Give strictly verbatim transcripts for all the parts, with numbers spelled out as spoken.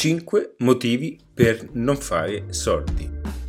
cinque motivi per non fare soldi.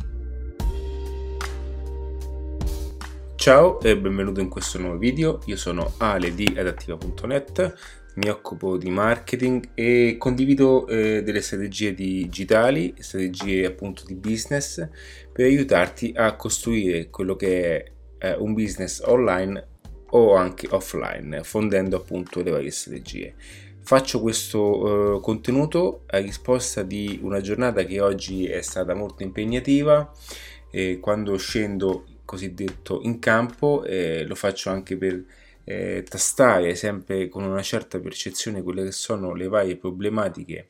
Ciao e benvenuto in questo nuovo video. Io sono Ale di adattiva punto net, mi occupo di marketing e condivido eh, delle strategie digitali, strategie appunto di business per aiutarti a costruire quello che è eh, un business online o anche offline, fondendo appunto le varie strategie. Faccio questo eh, contenuto a risposta di una giornata che oggi è stata molto impegnativa. Eh, quando scendo cosiddetto in campo eh, lo faccio anche per eh, tastare sempre con una certa percezione quelle che sono le varie problematiche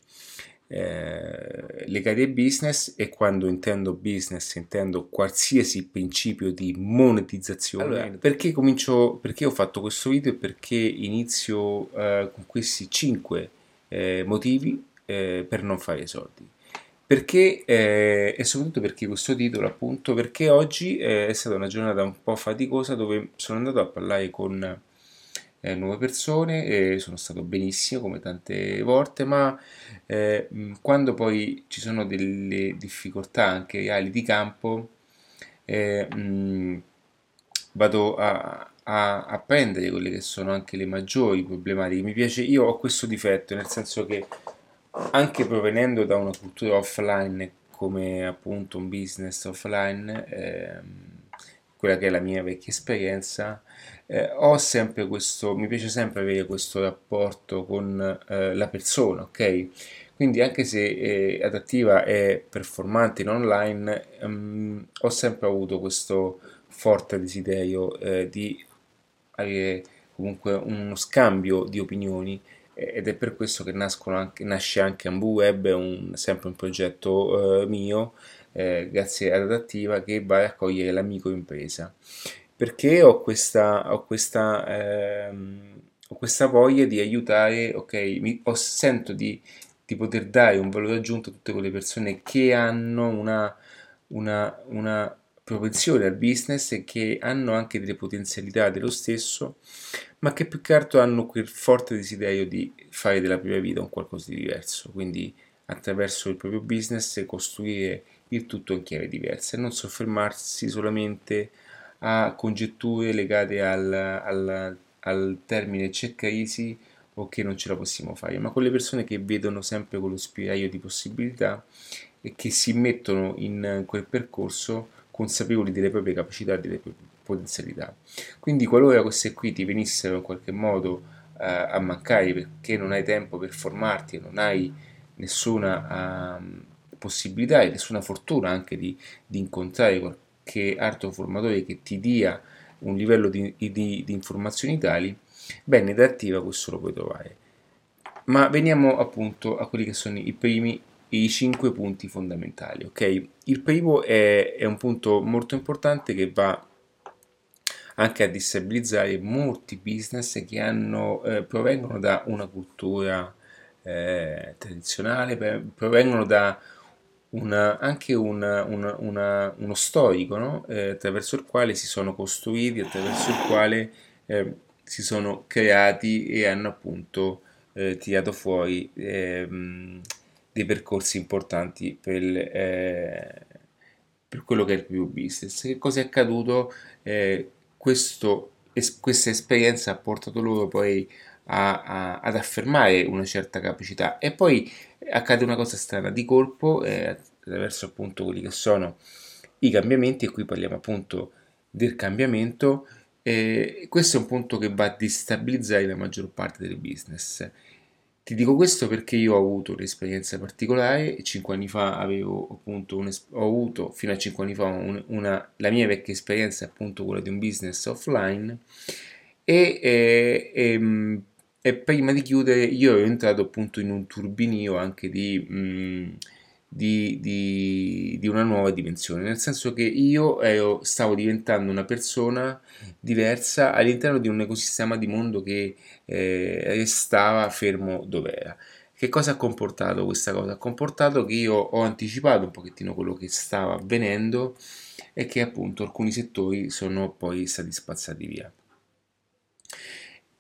eh, legati ai business, e quando intendo business intendo qualsiasi principio di monetizzazione. Allora, perché comincio, perché ho fatto questo video e perché inizio eh, con questi cinque eh, motivi eh, per non fare soldi. Perché, eh, e soprattutto perché questo titolo, appunto, perché oggi eh, è stata una giornata un po' faticosa dove sono andato a parlare con eh, nuove persone e sono stato benissimo come tante volte, ma eh, quando poi ci sono delle difficoltà anche reali di campo, eh, mh, vado a, a, a prendere quelle che sono anche le maggiori problematiche. Mi piace, io ho questo difetto, nel senso che anche provenendo da una cultura offline come appunto un business offline, ehm, quella che è la mia vecchia esperienza, eh, ho sempre questo, mi piace sempre avere questo rapporto con eh, la persona, ok? Quindi anche se eh, Adattiva è performante in online, ehm, ho sempre avuto questo forte desiderio eh, di avere comunque uno scambio di opinioni, ed è per questo che nascono anche, nasce anche AmbuWeb, un, sempre un progetto eh, mio, eh, grazie ad Adattiva, che va a raccogliere l'amico impresa. Perché ho questa, ho questa, ehm, ho questa voglia di aiutare, ok, mi, ho, sento di, di poter dare un valore aggiunto a tutte quelle persone che hanno una, una, una propensione al business e che hanno anche delle potenzialità dello stesso, ma che più che altro hanno quel forte desiderio di fare della propria vita un qualcosa di diverso, quindi attraverso il proprio business costruire il tutto in chiave diversa e non soffermarsi solamente a congetture legate al, al, al termine c'è crisi o che non ce la possiamo fare, ma con le persone che vedono sempre quello spiraglio di possibilità e che si mettono in quel percorso consapevoli delle proprie capacità e delle proprie potenzialità. Quindi qualora queste qui ti venissero in qualche modo eh, a mancare perché non hai tempo per formarti e non hai nessuna uh, possibilità e nessuna fortuna anche di, di incontrare qualche altro formatore che ti dia un livello di, di, di informazioni tali, bene, in Adattiva questo lo puoi trovare. Ma veniamo appunto a quelli che sono i primi i cinque punti fondamentali, ok? Il primo è, è un punto molto importante che va anche a destabilizzare molti business che hanno, eh, provengono da una cultura eh, tradizionale, provengono da una, anche una, una, una, uno storico, no? eh, attraverso il quale si sono costruiti, attraverso il quale eh, si sono creati e hanno appunto eh, tirato fuori ehm, dei percorsi importanti per, eh, per quello che è il proprio business. Che cosa è accaduto? Eh, questo, es, questa esperienza ha portato loro poi a, a, ad affermare una certa capacità, e poi accade una cosa strana di colpo eh, attraverso appunto quelli che sono i cambiamenti, e qui parliamo appunto del cambiamento. Eh, questo è un punto che va a destabilizzare la maggior parte del business. Ti dico questo perché io ho avuto un'esperienza particolare. Cinque anni fa avevo appunto un, ho avuto fino a cinque anni fa un, una, la mia vecchia esperienza è appunto quella di un business offline, e, e, e, e prima di chiudere io ero entrato appunto in un turbinio anche di, mh, di, di, di una nuova dimensione, nel senso che io ero, stavo diventando una persona diversa all'interno di un ecosistema di mondo che eh, restava fermo dove era. Che cosa ha comportato questa cosa? Ha comportato che io ho anticipato un pochettino quello che stava avvenendo e che appunto alcuni settori sono poi stati spazzati via.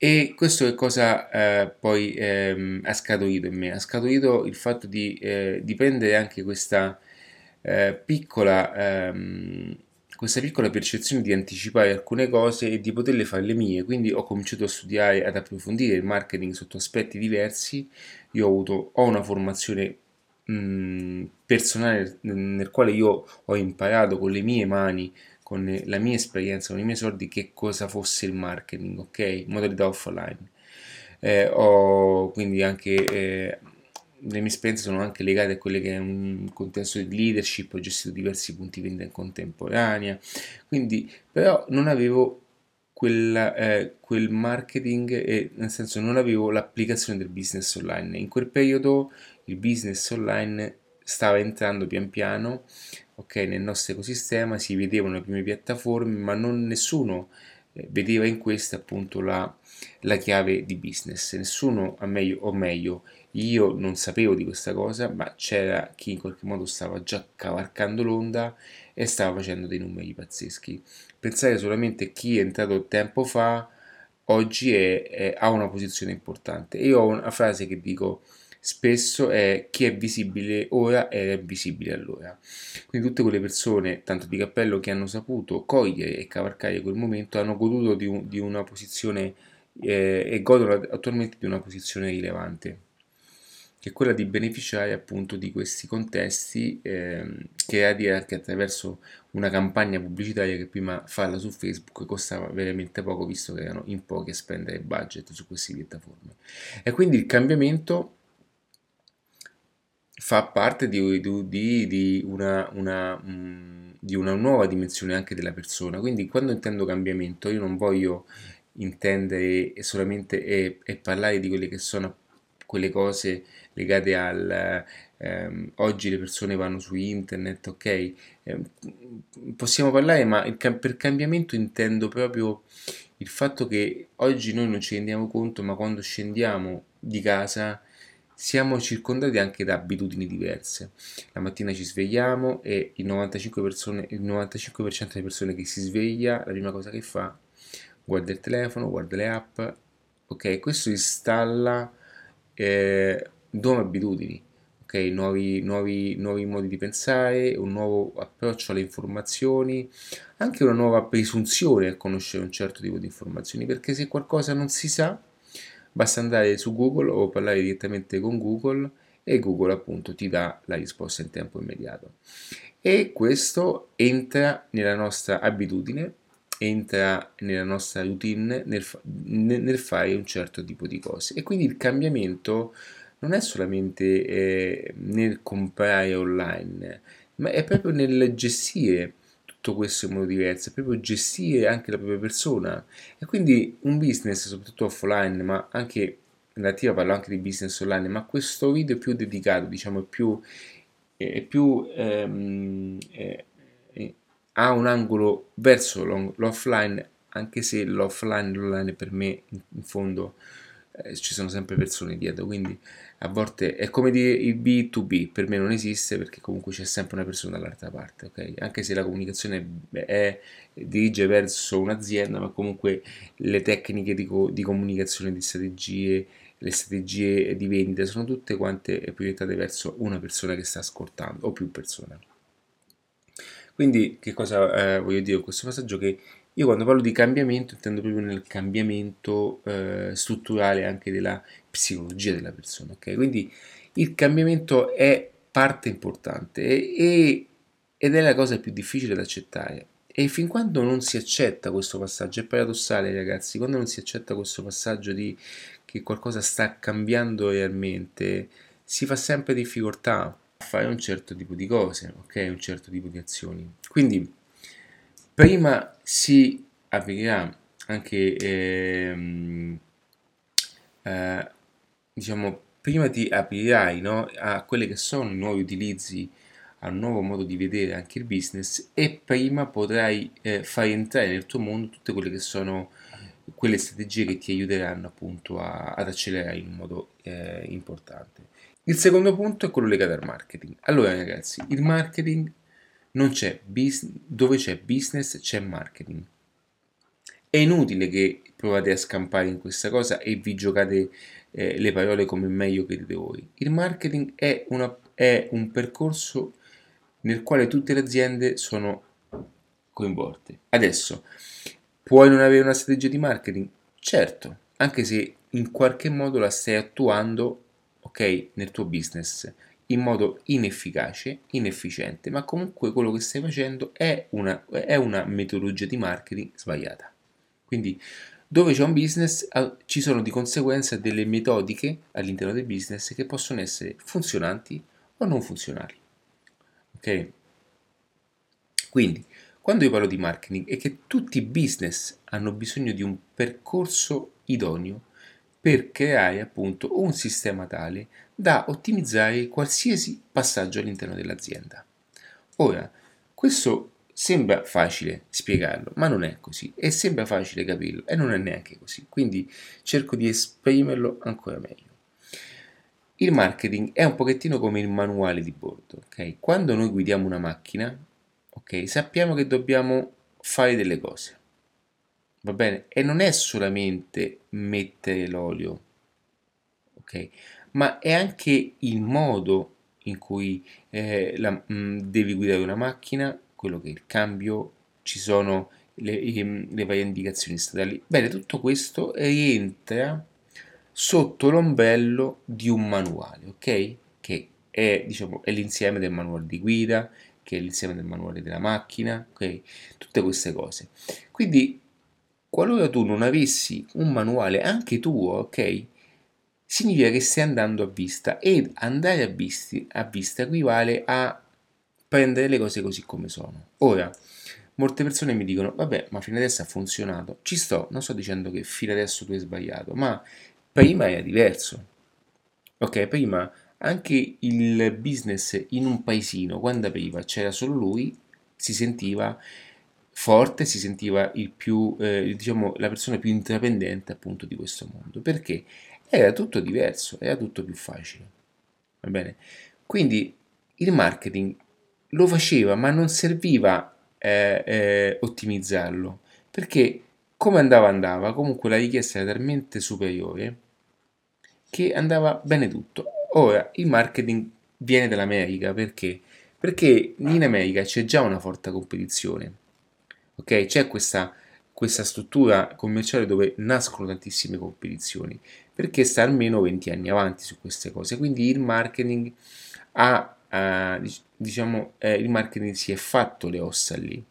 E questo che cosa eh, poi ehm, ha scaturito in me? Ha scaturito il fatto di, eh, di prendere anche questa eh, piccola, ehm, questa piccola percezione di anticipare alcune cose e di poterle fare le mie. Quindi ho cominciato a studiare, ad approfondire il marketing sotto aspetti diversi. Io ho avuto, ho una formazione mh, personale nel, nel quale io ho imparato con le mie mani, con la mia esperienza, con i miei soldi, che cosa fosse il marketing, ok? Modalità offline. Eh, ho quindi anche eh, le mie esperienze sono anche legate a quelle che è un contesto di leadership, ho gestito diversi punti vendita in contemporanea, quindi però non avevo quella, eh, quel marketing, e, nel senso non avevo l'applicazione del business online. In quel periodo il business online stava entrando pian piano, ok, nel nostro ecosistema, si vedevano le prime piattaforme, ma non nessuno eh, vedeva in questa appunto la, la chiave di business. Nessuno, a meglio, o meglio, io non sapevo di questa cosa, ma c'era chi in qualche modo stava già cavalcando l'onda e stava facendo dei numeri pazzeschi. Pensare solamente chi è entrato tempo fa, oggi è, è- ha una posizione importante. Io ho una frase che dico spesso è: chi è visibile ora era visibile allora. Quindi tutte quelle persone, tanto di cappello, che hanno saputo cogliere e cavalcare quel momento, hanno goduto di, un- di una posizione eh, e godono attualmente di una posizione rilevante, che è quella di beneficiare appunto di questi contesti, ehm, creati anche attraverso una campagna pubblicitaria che prima farla su Facebook costava veramente poco, visto che erano in pochi a spendere budget su queste piattaforme. E quindi il cambiamento fa parte di, di- di una, una, mm, di una nuova dimensione anche della persona. Quindi quando intendo cambiamento, io non voglio intendere solamente e, e parlare di quelle che sono quelle cose legate al ehm, oggi le persone vanno su internet, ok? Ehm, possiamo parlare, ma il cam- per cambiamento intendo proprio il fatto che oggi noi non ci rendiamo conto, ma quando scendiamo di casa siamo circondati anche da abitudini diverse. La mattina ci svegliamo e il novantacinque, persone, il novantacinque per cento delle persone che si sveglia, la prima cosa che fa, guarda il telefono, guarda le app, ok? Questo installa eh, nuove abitudini, ok? Nuovi, nuovi, nuovi modi di pensare, un nuovo approccio alle informazioni, anche una nuova presunzione a conoscere un certo tipo di informazioni, perché se qualcosa non si sa, basta andare su Google o parlare direttamente con Google e Google appunto ti dà la risposta in tempo immediato. E questo entra nella nostra abitudine, entra nella nostra routine nel, fa- nel- nel fare un certo tipo di cose. E quindi il cambiamento non è solamente eh, nel comprare online, ma è proprio nel gestire tutto questo in modo diverso, è proprio gestire anche la propria persona. E quindi un business, soprattutto offline, ma anche nell'attiva parlo anche di business online, ma questo video è più dedicato, diciamo, è più, è più ehm, è- è- ha un angolo verso l'on- l'offline, anche se l'offline e l'online per me in, in fondo eh, ci sono sempre persone dietro, quindi a volte è come dire il B due B, per me non esiste perché comunque c'è sempre una persona dall'altra parte, ok? Anche se la comunicazione è, è- dirige verso un'azienda, ma comunque le tecniche di, co- di comunicazione, di strategie, le strategie di vendita sono tutte quante proiettate verso una persona che sta ascoltando o più persone. Quindi che cosa eh, voglio dire con questo passaggio? Che io quando parlo di cambiamento intendo proprio nel cambiamento eh, strutturale anche della psicologia della persona, ok? Quindi il cambiamento è parte importante e- e- ed è la cosa più difficile da accettare. E fin quando non si accetta questo passaggio, è paradossale ragazzi, quando non si accetta questo passaggio di che qualcosa sta cambiando realmente, si fa sempre difficoltà a fare un certo tipo di cose, ok? Un certo tipo di azioni. Quindi prima si aprirà anche, ehm, eh, diciamo, prima ti aprirai, no, a quelli che sono i nuovi utilizzi, a un nuovo modo di vedere anche il business e prima potrai eh, far entrare nel tuo mondo tutte quelle che sono quelle strategie che ti aiuteranno appunto a- ad accelerare in un modo eh, importante. Il secondo punto è quello legato al marketing. Allora ragazzi, il marketing non c'è business, dove c'è business c'è marketing. È inutile che provate a scampare in questa cosa e vi giocate eh, le parole come meglio credete voi. Il marketing è, una, è un percorso nel quale tutte le aziende sono coinvolte. Adesso, puoi non avere una strategia di marketing? Certo, anche se in qualche modo la stai attuando, ok, nel tuo business in modo inefficace, inefficiente, ma comunque quello che stai facendo è una, è una metodologia di marketing sbagliata. Quindi dove c'è un business ci sono di conseguenza delle metodiche all'interno del business che possono essere funzionanti o non funzionali. Ok? Quindi, quando io parlo di marketing è che tutti i business hanno bisogno di un percorso idoneo per creare appunto un sistema tale da ottimizzare qualsiasi passaggio all'interno dell'azienda. Ora, questo sembra facile spiegarlo, ma non è così, e sembra facile capirlo, e non è neanche così, quindi cerco di esprimerlo ancora meglio. Il marketing è un pochettino come il manuale di bordo, ok? Quando noi guidiamo una macchina, ok, sappiamo che dobbiamo fare delle cose, va bene? E non è solamente mettere l'olio, ok? Ma è anche il modo in cui eh, la, mh, devi guidare una macchina, quello che è il cambio, ci sono le, i- le varie indicazioni statali. Bene, tutto questo rientra sotto l'ombrello di un manuale, ok? Che è, diciamo, è l'insieme del manuale di guida, che è l'insieme del manuale della macchina, ok? Tutte queste cose. Quindi, qualora tu non avessi un manuale anche tuo, ok? Significa che stai andando a vista ed andare a, visti, a vista equivale a prendere le cose così come sono. Ora, molte persone mi dicono, vabbè, ma fino adesso ha funzionato. Ci sto, non sto dicendo che fino adesso tu hai sbagliato, ma prima era diverso. Ok, prima anche il business in un paesino, quando apriva, c'era solo lui, si sentiva forte, si sentiva il più, eh, diciamo, la persona più intraprendente appunto di questo mondo. Perché? Era tutto diverso, era tutto più facile. Va bene? Quindi il marketing lo faceva, ma non serviva eh, eh, ottimizzarlo, perché come andava andava, comunque la richiesta era talmente superiore che andava bene tutto. Ora, il marketing viene dall'America, perché? Perché in America c'è già una forte competizione, ok? C'è questa, questa struttura commerciale dove nascono tantissime competizioni, perché sta almeno venti anni avanti su queste cose, quindi il marketing ha, ha, diciamo, eh, il marketing si è fatto le ossa lì.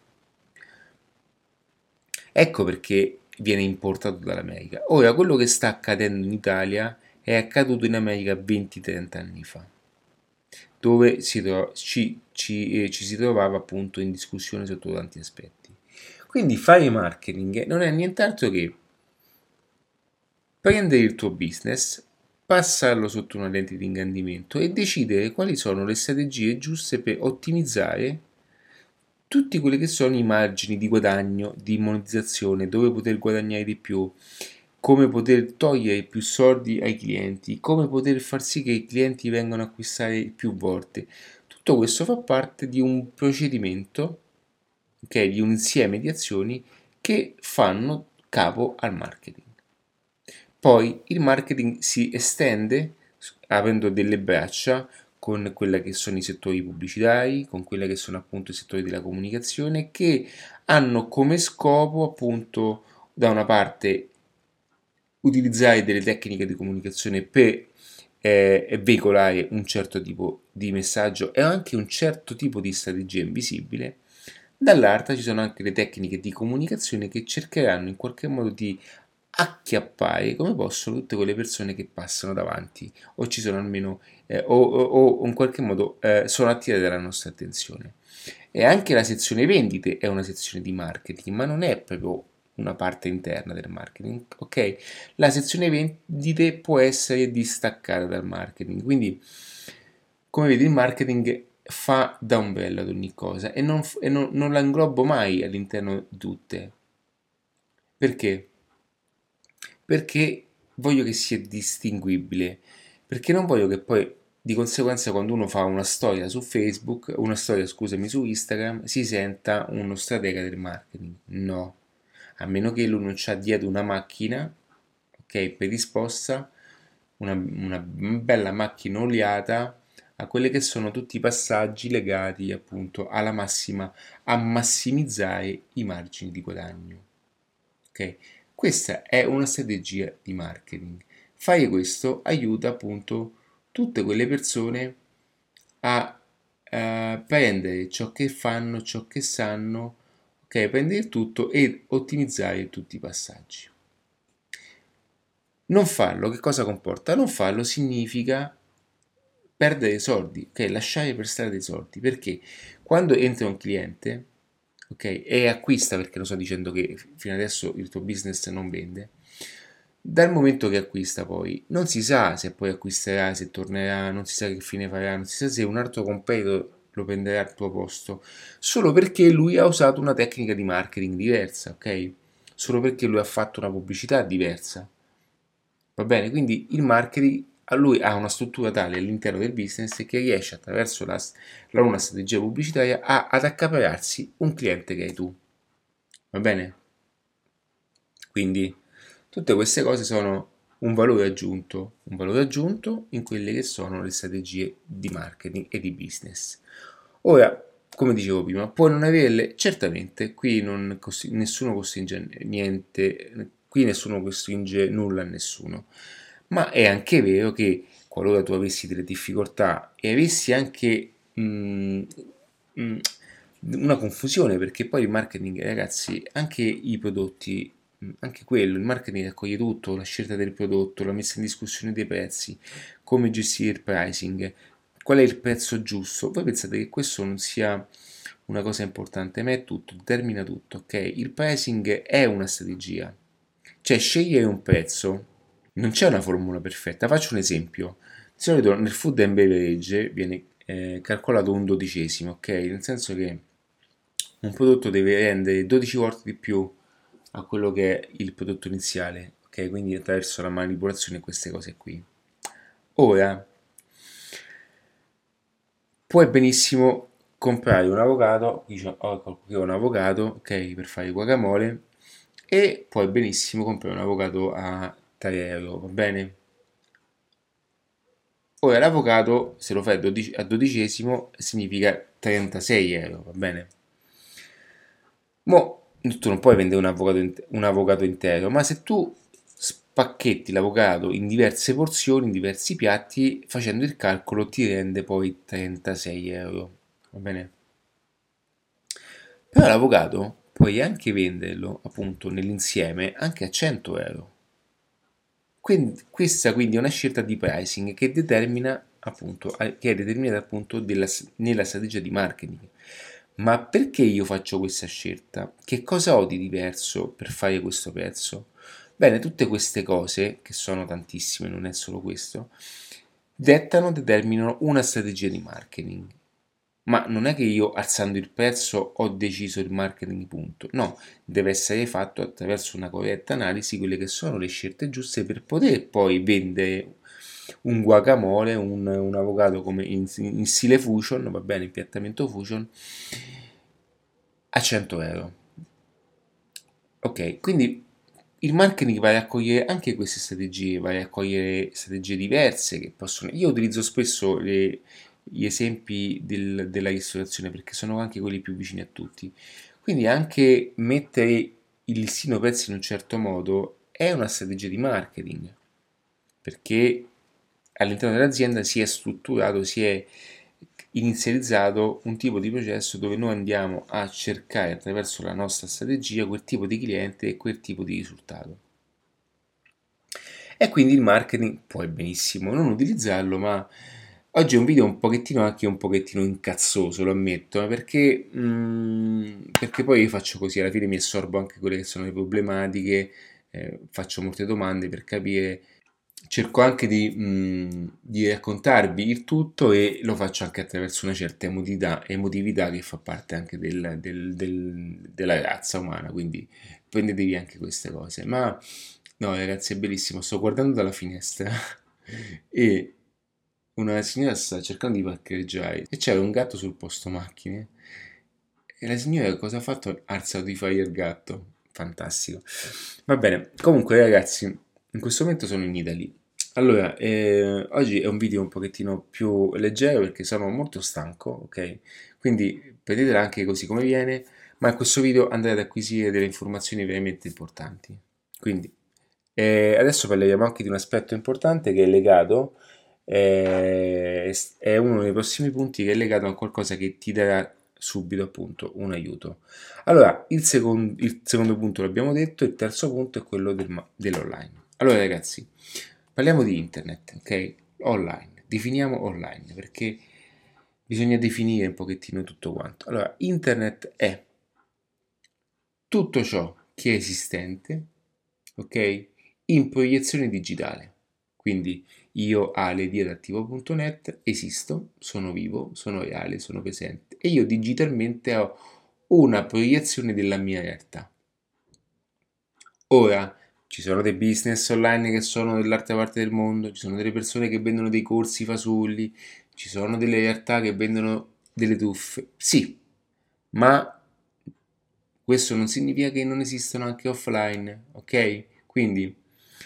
Ecco perché viene importato dall'America. Ora, quello che sta accadendo in Italia è accaduto in America venti trenta anni fa, dove si tro- ci, ci, eh, ci si trovava appunto in discussione sotto tanti aspetti. Quindi fare marketing non è nient'altro che prendere il tuo business, passarlo sotto una lente di ingrandimento e decidere quali sono le strategie giuste per ottimizzare tutti quelli che sono i margini di guadagno, di monetizzazione, dove poter guadagnare di più, come poter togliere più soldi ai clienti, come poter far sì che i clienti vengano a acquistare più volte. Tutto questo fa parte di un procedimento, ok, di un insieme di azioni che fanno capo al marketing. Poi il marketing si estende avendo delle braccia con quella che sono i settori pubblicitari, con quella che sono appunto i settori della comunicazione, che hanno come scopo appunto da una parte utilizzare delle tecniche di comunicazione per eh, veicolare un certo tipo di messaggio e anche un certo tipo di strategia invisibile. Dall'altra ci sono anche le tecniche di comunicazione che cercheranno in qualche modo di acchiappare come possono tutte quelle persone che passano davanti o ci sono almeno eh, o, o, o in qualche modo eh, sono attirate dalla nostra attenzione. E anche la sezione vendite è una sezione di marketing, ma non è proprio una parte interna del marketing, ok? La sezione vendite può essere distaccata dal marketing, quindi come vedi il marketing fa da ombrello ad ogni cosa e non, e non, non la inglobo mai all'interno di tutte. Perché? Perché voglio che sia distinguibile, perché non voglio che poi di conseguenza quando uno fa una storia su Facebook, una storia scusami su Instagram, si senta uno stratega del marketing. No, a meno che lui non c'ha dietro una macchina, ok, predisposta, una, una bella macchina oliata a quelli che sono tutti i passaggi legati appunto alla massima, a massimizzare i margini di guadagno. Ok? Questa è una strategia di marketing. Fare questo aiuta appunto tutte quelle persone a eh, prendere ciò che fanno, ciò che sanno, ok? Prendere il tutto e ottimizzare tutti i passaggi. Non farlo, che cosa comporta? Non farlo significa perdere soldi, ok? Lasciare per strada dei soldi, perché quando entra un cliente, ok, e acquista, perché lo sto dicendo che fino adesso il tuo business non vende, dal momento che acquista poi non si sa se poi acquisterà, se tornerà, non si sa che fine farà, non si sa se un altro competitor lo prenderà al tuo posto, solo perché lui ha usato una tecnica di marketing diversa, ok? Solo perché lui ha fatto una pubblicità diversa. Va bene? Quindi il marketing a lui ha una struttura tale all'interno del business che riesce attraverso la, la una strategia pubblicitaria a, ad accaparrarsi un cliente che hai tu. Va bene? Quindi tutte queste cose sono un valore aggiunto, un valore aggiunto in quelle che sono le strategie di marketing e di business. Ora, come dicevo prima, puoi non averle, certamente, qui non costri- nessuno costringe niente, qui nessuno costringe nulla a nessuno, ma è anche vero che qualora tu avessi delle difficoltà e avessi anche mm, mm, una confusione, perché poi il marketing, ragazzi, anche i prodotti, mm, anche quello, il marketing raccoglie tutto, la scelta del prodotto, la messa in discussione dei prezzi, come gestire il pricing, qual è il prezzo giusto. Voi pensate che questo non sia una cosa importante, ma è tutto, determina tutto, ok? Il pricing è una strategia, cioè scegliere un prezzo non c'è una formula perfetta. Faccio un esempio. Di solito nel food and beverage viene eh, calcolato un dodicesimo, ok? Nel senso che un prodotto deve rendere dodici volte di più a quello che è il prodotto iniziale, ok? Quindi attraverso la manipolazione e queste cose qui. Ora, puoi benissimo comprare un avocado, dice, ho qui un avocado, ok, per fare guacamole, e puoi benissimo comprare un avocado a tre euro, va bene? Ora l'avocado, se lo fai a dodicesimo, significa trentasei euro, va bene? Mo, tu non puoi vendere un avocado, un avocado intero, ma se tu spacchetti l'avocado in diverse porzioni, in diversi piatti, facendo il calcolo ti rende poi trentasei euro, va bene? Però l'avocado puoi anche venderlo, appunto, nell'insieme anche a cento euro. Quindi, questa quindi è una scelta di pricing che determina appunto, che è determinata appunto della, nella strategia di marketing. Ma perché io faccio questa scelta? Che cosa ho di diverso per fare questo prezzo? Bene, tutte queste cose, che sono tantissime, non è solo questo, dettano, determinano una strategia di marketing. Ma non è che io alzando il prezzo ho deciso il marketing punto, no, deve essere fatto attraverso una corretta analisi quelle che sono le scelte giuste per poter poi vendere un guacamole, un, un avocado come in, in stile fusion, va bene, impiattamento fusion, a cento euro. Ok, quindi il marketing va a raccogliere anche queste strategie, va a raccogliere strategie diverse che possono... Io utilizzo spesso le, gli esempi del- della ristorazione perché sono anche quelli più vicini a tutti. Quindi anche mettere il listino prezzi in un certo modo è una strategia di marketing perché all'interno dell'azienda si è strutturato, si è inizializzato un tipo di processo dove noi andiamo a cercare attraverso la nostra strategia quel tipo di cliente e quel tipo di risultato. E quindi il marketing puoi benissimo non utilizzarlo, ma oggi è un video un pochettino anche un pochettino incazzoso, lo ammetto, eh, perché, mm, perché poi io faccio così, alla fine mi assorbo anche quelle che sono le problematiche, eh, faccio molte domande per capire, cerco anche di, mh, di raccontarvi il tutto e lo faccio anche attraverso una certa emotività, emotività che fa parte anche del- del- del- della razza umana, quindi prendetevi anche queste cose. Ma no, ragazzi, è bellissimo, sto guardando dalla finestra e una signora sta cercando di parcheggiare e c'era un gatto sul posto macchine e la signora cosa ha fatto? Ha alzato di fare il gatto fantastico. Va bene, comunque ragazzi, in questo momento sono in Italy. Allora, eh, oggi è un video un pochettino più leggero perché sono molto stanco, ok? Quindi prendetela anche così come viene, ma in questo video andrete ad acquisire delle informazioni veramente importanti. Quindi, eh, adesso parleremo anche di un aspetto importante che è legato, eh, è uno dei prossimi punti che è legato a qualcosa che ti darà subito appunto un aiuto. Allora, il, second- il secondo punto l'abbiamo detto, il terzo punto è quello del ma- dell'online. Allora ragazzi, parliamo di internet, ok? Online, definiamo online perché bisogna definire un pochettino tutto quanto. Allora, internet è tutto ciò che è esistente, ok? In proiezione digitale. Quindi io, Ale di adattivo punto net, esisto, sono vivo, sono reale, sono presente e io digitalmente ho una proiezione della mia realtà. Ora, ci sono dei business online che sono dell'altra parte del mondo, ci sono delle persone che vendono dei corsi fasulli, ci sono delle realtà che vendono delle truffe. Sì, ma questo non significa che non esistono anche offline, ok? Quindi,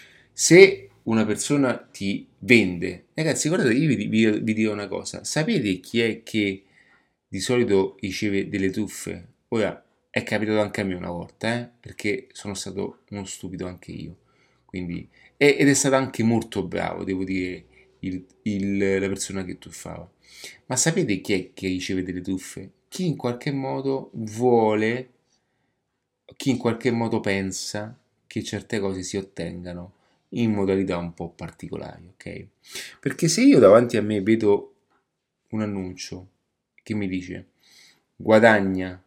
se una persona ti vende, ragazzi, guardate, io vi, vi, vi dirò una cosa, sapete chi è che di solito riceve delle truffe? Ora, è capitato anche a me una volta, eh? Perché sono stato uno stupido anche io, quindi, e- ed è stato anche molto bravo, devo dire, il- il- la persona che truffava. Ma sapete chi è che riceve delle truffe? Chi in qualche modo vuole, chi in qualche modo pensa che certe cose si ottengano in modalità un po' particolari, ok? Perché se io davanti a me vedo un annuncio che mi dice guadagna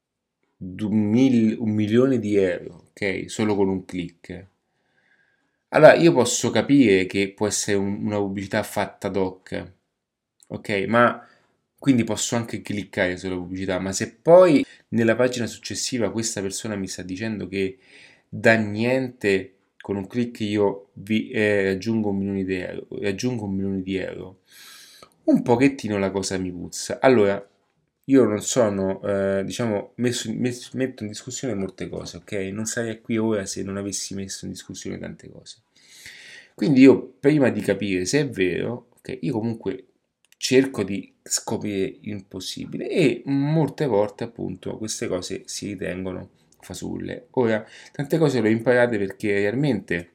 du- mil- un milione di euro, ok? Solo con un click. Allora io posso capire che può essere un- una pubblicità fatta ad hoc, ok? Ma quindi posso anche cliccare sulla pubblicità, ma se poi nella pagina successiva questa persona mi sta dicendo che da niente con un click io vi, eh, aggiungo un milione di euro, aggiungo un milione di euro, un pochettino la cosa mi puzza. Allora, io non sono, eh, diciamo, messo, messo- metto in discussione molte cose, ok? Non sarei qui ora se non avessi messo in discussione tante cose. Quindi io, prima di capire se è vero, ok, io comunque cerco di scoprire il possibile e molte volte appunto queste cose si ritengono fasulle. Ora, tante cose le ho imparate perché realmente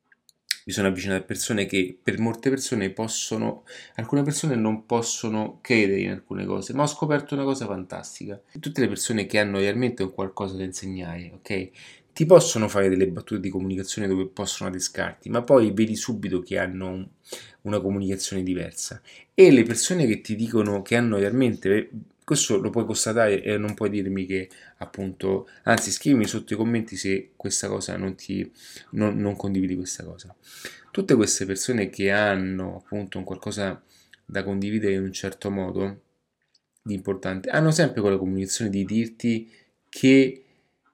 mi sono avvicinato a persone che per molte persone possono, alcune persone non possono credere in alcune cose, ma ho scoperto una cosa fantastica. Tutte le persone che hanno realmente un qualcosa da insegnare, ok? Ti possono fare delle battute di comunicazione dove possono adescarti, ma poi vedi subito che hanno un- una comunicazione diversa. E le persone che ti dicono che hanno realmente, questo lo puoi constatare e non puoi dirmi che appunto, anzi scrivimi sotto i commenti se questa cosa non ti, non, non condividi questa cosa. Tutte queste persone che hanno appunto un qualcosa da condividere in un certo modo di importante, hanno sempre quella comunicazione di dirti che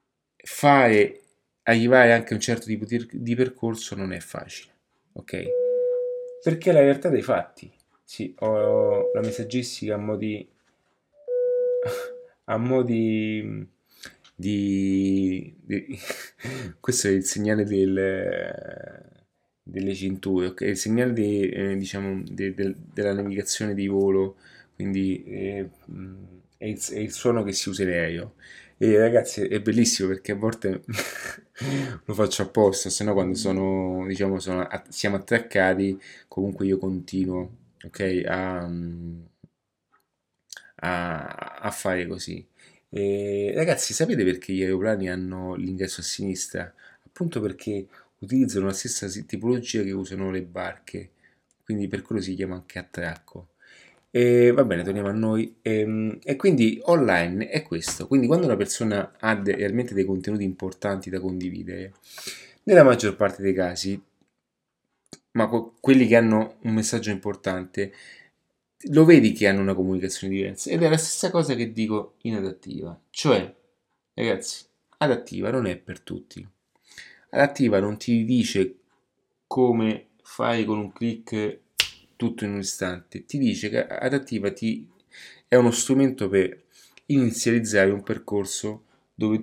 fare, arrivare anche a un certo tipo di, di percorso non è facile, ok? Perché è la realtà dei fatti. Sì, ho la messaggistica a mo' di, a mo' di, di- di- questo è il segnale del, delle cinture, ok? Il segnale di, eh, diciamo, de- del- della navigazione di volo, quindi eh, mh, è il, è il suono che si usa in aereo. E ragazzi, è bellissimo perché a volte lo faccio apposta, se no quando sono, diciamo, sono a- siamo attraccati, comunque io continuo, ok, a, a, a fare così. E, ragazzi, sapete perché gli aeroplani hanno l'ingresso a sinistra? Appunto perché utilizzano la stessa si- tipologia che usano le barche, quindi per quello si chiama anche attracco. E va bene, torniamo a noi. Ehm, E, quindi online è questo. Quindi quando una persona ha de- realmente dei contenuti importanti da condividere, nella maggior parte dei casi, ma que- quelli che hanno un messaggio importante, lo vedi che hanno una comunicazione diversa. Ed è la stessa cosa che dico in adattiva. Cioè, ragazzi, adattiva non è per tutti. Adattiva non ti dice come fai con un click tutto in un istante. Ti dice che adattiva ti, è uno strumento per inizializzare un percorso dove tu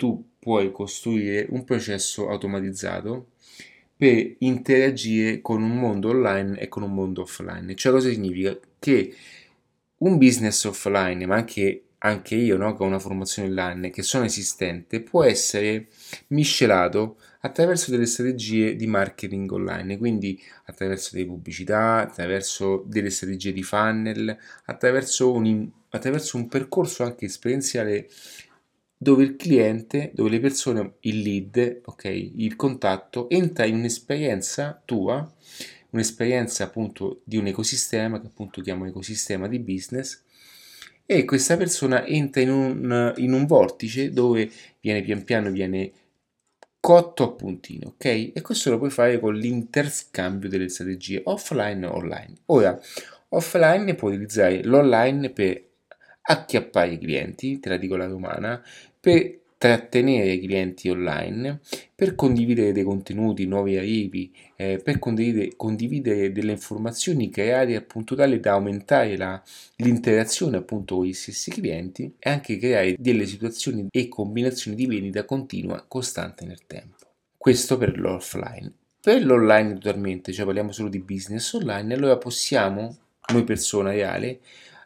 puoi costruire un processo automatizzato per interagire con un mondo online e con un mondo offline. Cioè, cosa significa? Che un business offline, ma anche, anche io, no, con una formazione online che sono esistente, può essere miscelato attraverso delle strategie di marketing online, quindi attraverso delle pubblicità, attraverso delle strategie di funnel, attraverso un, attraverso un percorso anche esperienziale dove il cliente, dove le persone, il lead, ok, il contatto, entra in un'esperienza tua, un'esperienza appunto di un ecosistema, che appunto chiamo ecosistema di business, e questa persona entra in un, in un vortice dove viene pian piano, viene cotto a puntini, ok? E questo lo puoi fare con l'interscambio delle strategie offline e online. Ora, offline puoi utilizzare l'online per acchiappare i clienti, te la dico la romana, per trattenere i clienti online, per condividere dei contenuti, nuovi arrivi, eh, per condividere, condividere delle informazioni, creare appunto tale da aumentare la, l'interazione appunto con gli stessi clienti e anche creare delle situazioni e combinazioni di vendita continua, costante nel tempo. Questo per l'offline. Per l'online totalmente, cioè parliamo solo di business online, allora possiamo, noi persona reale,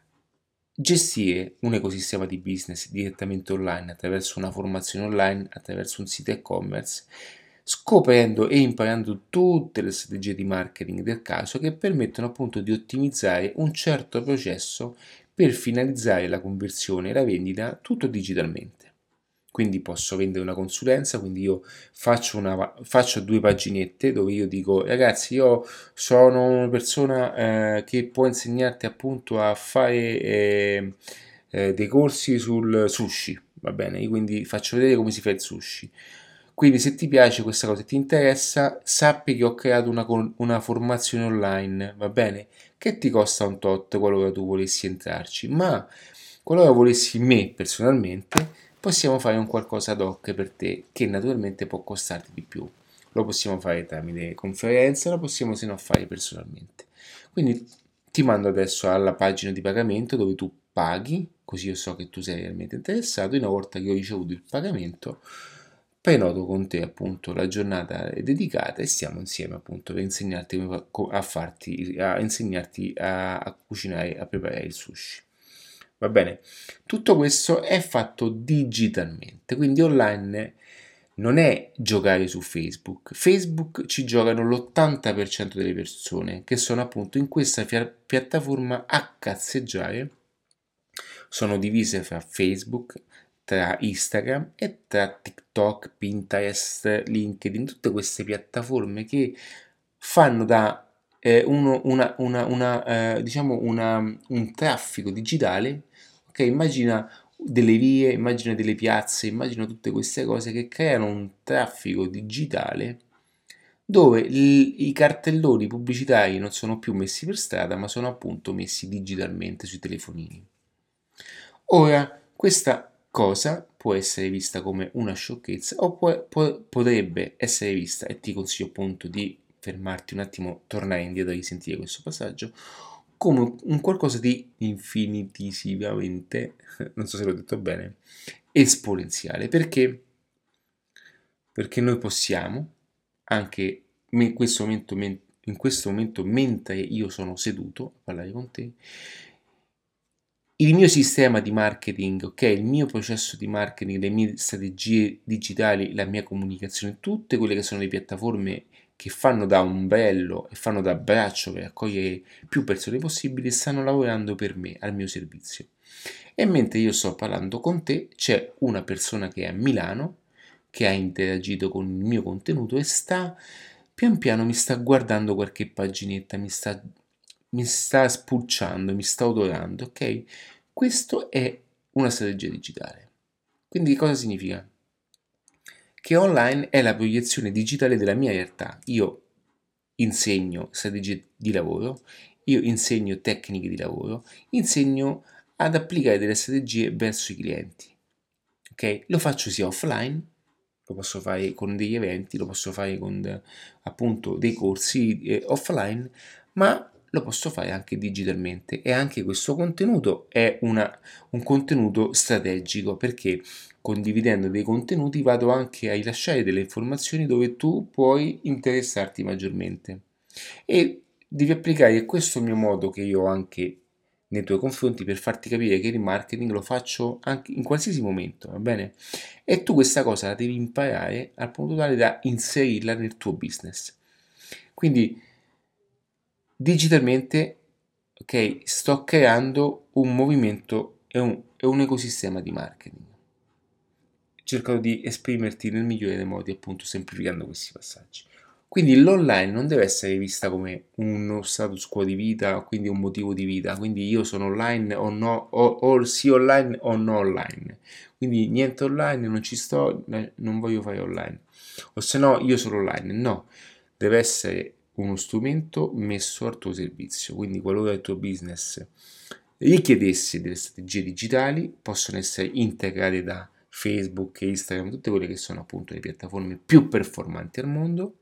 gestire un ecosistema di business direttamente online attraverso una formazione online, attraverso un sito e-commerce, scoprendo e imparando tutte le strategie di marketing del caso che permettono appunto di ottimizzare un certo processo per finalizzare la conversione e la vendita tutto digitalmente. Quindi posso vendere una consulenza, quindi io faccio, una, faccio due paginette dove io dico ragazzi io sono una persona eh, che può insegnarti appunto a fare eh, eh, dei corsi sul sushi, va bene? Io quindi faccio vedere come si fa il sushi. Quindi se ti piace questa cosa e ti interessa, sappi che ho creato una, una formazione online, va bene? Che ti costa un tot qualora tu volessi entrarci, ma qualora volessi me personalmente possiamo fare un qualcosa ad hoc per te che naturalmente può costarti di più. Lo possiamo fare tramite conferenza, lo possiamo se no fare personalmente. Quindi ti mando adesso alla pagina di pagamento dove tu paghi, così io so che tu sei realmente interessato. Una volta che ho ricevuto il pagamento, prenoto con te appunto la giornata dedicata e stiamo insieme appunto per insegnarti a farti, a insegnarti a, a cucinare, a preparare il sushi. Va bene? Tutto questo è fatto digitalmente, quindi online non è giocare su Facebook. Facebook ci giocano l'ottanta per cento delle persone che sono appunto in questa piattaforma a cazzeggiare. Sono divise fra Facebook, tra Instagram e tra TikTok, Pinterest, LinkedIn, tutte queste piattaforme che fanno da eh, uno, una, una, una, eh, diciamo una, un traffico digitale. Ok, immagina delle vie, immagina delle piazze, immagina tutte queste cose che creano un traffico digitale dove l- i cartelloni pubblicitari non sono più messi per strada, ma sono appunto messi digitalmente sui telefonini. Ora, questa cosa può essere vista come una sciocchezza o può, può- potrebbe essere vista, e ti consiglio appunto di fermarti un attimo, tornare indietro e risentire questo passaggio, come un qualcosa di infinitissimamente, non so se l'ho detto bene, esponenziale. Perché? Perché noi possiamo, anche in questo momento, in questo momento mentre io sono seduto a parlare con te, il mio sistema di marketing, ok, il mio processo di marketing, le mie strategie digitali, la mia comunicazione, tutte quelle che sono le piattaforme che fanno da ombrello e fanno da braccio per accogliere più persone possibili, stanno lavorando per me, al mio servizio. E mentre io sto parlando con te, c'è una persona che è a Milano, che ha interagito con il mio contenuto e sta, pian piano mi sta guardando qualche paginetta, mi sta, mi sta spulciando, mi sta odorando, ok? Questo è una strategia digitale. Quindi cosa significa? Che online è la proiezione digitale della mia realtà. Io insegno strategie di lavoro, io insegno tecniche di lavoro, insegno ad applicare delle strategie verso i clienti. Ok? Lo faccio sia offline, lo posso fare con degli eventi, lo posso fare con appunto dei corsi eh, offline, ma lo posso fare anche digitalmente e anche questo contenuto è una, un contenuto strategico perché condividendo dei contenuti vado anche a rilasciare delle informazioni dove tu puoi interessarti maggiormente e devi applicare questo mio modo che io ho anche nei tuoi confronti per farti capire che il marketing lo faccio anche in qualsiasi momento, va bene? E tu questa cosa la devi imparare al punto tale da inserirla nel tuo business. Quindi digitalmente, ok, sto creando un movimento e un, e un ecosistema di marketing. Cercano di esprimerti nel migliore dei modi, appunto semplificando questi passaggi. Quindi l'online non deve essere vista come uno status quo di vita, quindi un motivo di vita, quindi io sono online o no, o, o sì online o no online, quindi niente online, non ci sto, non voglio fare online, o se no io sono online, no, deve essere uno strumento messo al tuo servizio, quindi qualora il tuo business richiedesse delle strategie digitali, possono essere integrate da Facebook e Instagram, tutte quelle che sono appunto le piattaforme più performanti al mondo,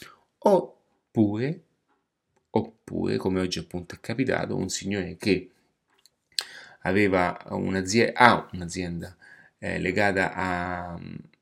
oppure, oppure come oggi appunto è capitato, un signore che aveva un'azienda, ha un'azienda eh, legata a,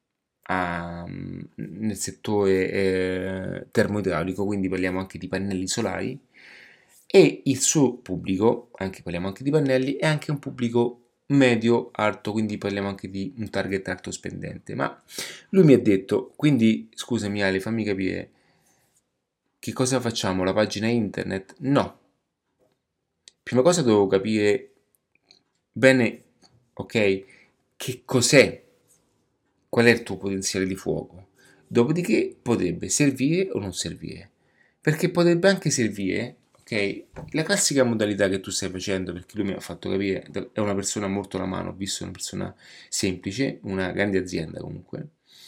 a, nel settore eh, termoidraulico, quindi parliamo anche di pannelli solari, e il suo pubblico, anche parliamo anche di pannelli, è anche un pubblico medio alto, quindi parliamo anche di un target alto spendente. Ma lui mi ha detto, quindi scusami Ale, fammi capire, che cosa facciamo? La pagina internet? No. Prima cosa devo capire bene, ok, che cos'è, qual è il tuo potenziale di fuoco. Dopodiché potrebbe servire o non servire. Perché potrebbe anche servire, ok, la classica modalità che tu stai facendo, perché lui mi ha fatto capire, è una persona molto alla mano, ho visto una persona semplice, una grande azienda comunque,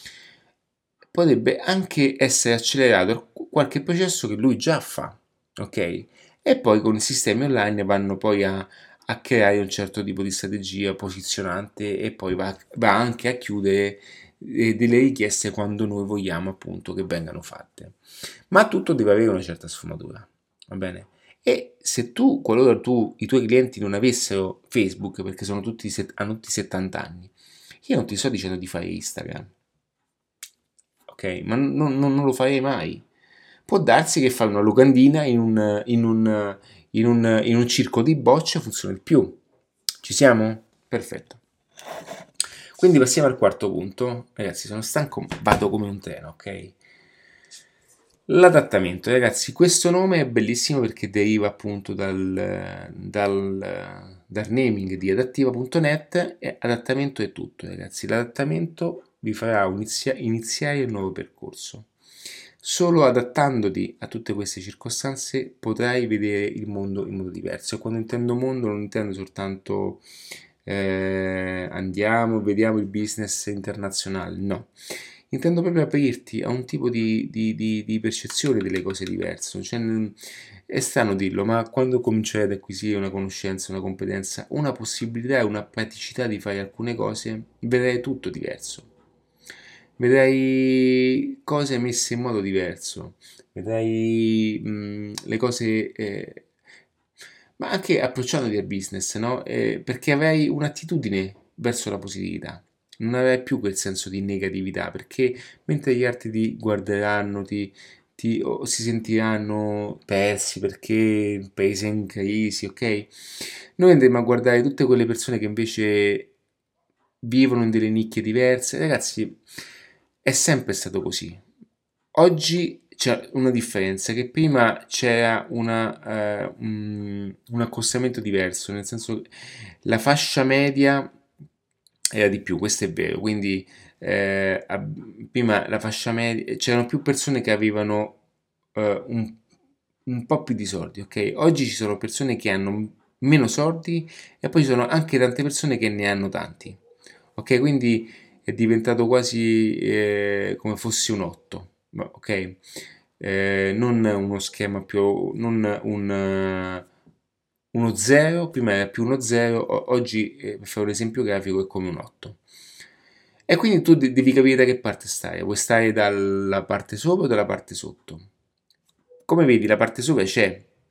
potrebbe anche essere accelerato qualche processo che lui già fa, ok? E poi con i sistemi online vanno poi a, a creare un certo tipo di strategia posizionante e poi va, va anche a chiudere eh, delle richieste quando noi vogliamo appunto che vengano fatte. Ma tutto deve avere una certa sfumatura, va bene? E se tu, qualora tu, i tuoi clienti non avessero Facebook, perché sono tutti, hanno tutti settanta anni, io non ti sto dicendo di fare Instagram, ok? Ma non, non- non lo farei mai. Può darsi che fai una locandina in un, in un, in un, in un circo di bocce funziona di più. Ci siamo? Perfetto. Quindi passiamo al quarto punto. Ragazzi, sono stanco, vado come un treno, ok? L'adattamento, ragazzi, questo nome è bellissimo perché deriva appunto dal, dal, dal naming di adattiva punto net e adattamento è tutto, ragazzi. L'adattamento vi farà inizia- iniziare il nuovo percorso. Solo adattandoti a tutte queste circostanze potrai vedere il mondo in modo diverso. E quando intendo mondo non intendo soltanto eh, andiamo, vediamo il business internazionale, no. Intendo proprio aprirti a un tipo di, di- di- di percezione delle cose diverse. Cioè, n- è strano dirlo, ma quando comincerai ad acquisire una conoscenza, una competenza, una possibilità e una praticità di fare alcune cose, vedrai tutto diverso. Vedrai cose messe in modo diverso, vedrai mh, le cose, eh, ma anche approcciandoti al business, no? Eh, perché avrai un'attitudine verso la positività, non avrai più quel senso di negatività, perché mentre gli altri ti guarderanno, ti, ti- o si sentiranno persi perché il paese è in crisi, ok? Noi andremo a guardare tutte quelle persone che invece vivono in delle nicchie diverse. Ragazzi, è sempre stato così. Oggi c'è una differenza, che prima c'era una, eh, un, un accostamento diverso, nel senso che la fascia media era di più, questo è vero, quindi eh, ab- prima la fascia media, c'erano più persone che avevano eh, un, un po' più di soldi, ok? Oggi ci sono persone che hanno meno soldi e poi ci sono anche tante persone che ne hanno tanti, ok? Quindi è diventato quasi eh, come fosse un otto, ok? Eh, non uno schema più, non un, eh, uno zero, prima era più uno zero, o- oggi eh, per fare un esempio grafico è come un otto. E quindi tu de- devi capire da che parte stai, vuoi stare dalla parte sopra o dalla parte sotto? Come vedi la parte sopra c'è,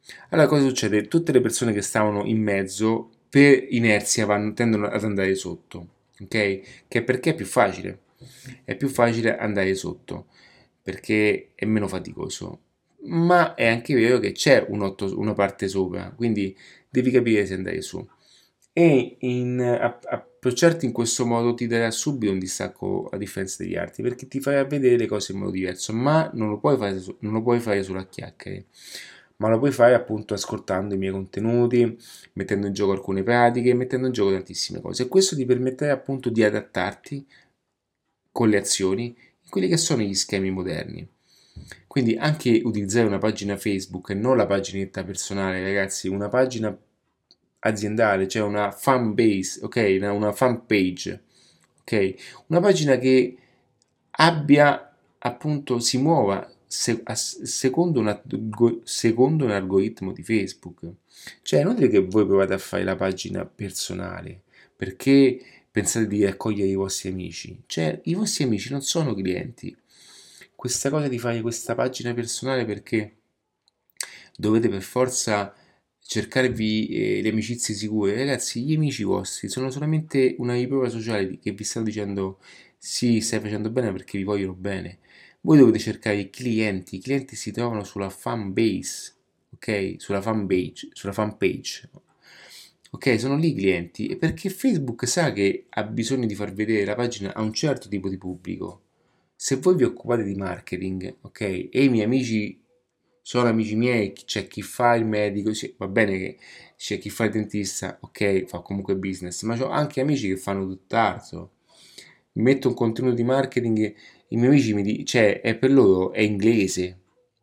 Allora cosa succede? Tutte le persone che stavano in mezzo per inerzia vanno, tendono ad andare sotto, ok? Che perché è più facile, è più facile andare sotto perché è meno faticoso, ma è anche vero che c'è un otto- una parte sopra, quindi devi capire se andare su. E in, a- approcciarti in questo modo ti darà subito un distacco a differenza degli altri, perché ti farà vedere le cose in modo diverso, ma non lo puoi fare, so- non lo puoi fare solo a chiacchiere, ma lo puoi fare appunto ascoltando i miei contenuti, mettendo in gioco alcune pratiche, mettendo in gioco tantissime cose. E questo ti permetterà appunto di adattarti con le azioni in quelli che sono gli schemi moderni. Quindi anche utilizzare una pagina Facebook e non la paginetta personale, ragazzi, una pagina aziendale, cioè una fan base, ok? Una, una fan page, ok? Una pagina che abbia appunto si muova se- a- secondo, un algo- secondo un algoritmo di Facebook. Cioè, è inutile che voi provate a fare la pagina personale perché pensate di raccogliere i vostri amici. Cioè, i vostri amici non sono clienti. Questa cosa di fare questa pagina personale perché dovete per forza cercarvi eh, le amicizie sicure. Ragazzi, gli amici vostri sono solamente una riprova sociale di- che vi stanno dicendo sì, stai facendo bene perché vi vogliono bene. Voi dovete cercare i clienti. I clienti si trovano sulla fan base, ok? Sulla fan page, sulla fan page. Ok, sono lì i clienti. E perché Facebook sa che ha bisogno di far vedere la pagina a un certo tipo di pubblico. Se voi vi occupate di marketing, ok, e i miei amici sono amici miei, c'è chi fa il medico, sì, va bene che c'è chi fa il dentista, ok, fa comunque business, ma ho anche amici che fanno tutt'altro. Metto un contenuto di marketing, e i miei amici mi dicono, cioè, è per loro è inglese,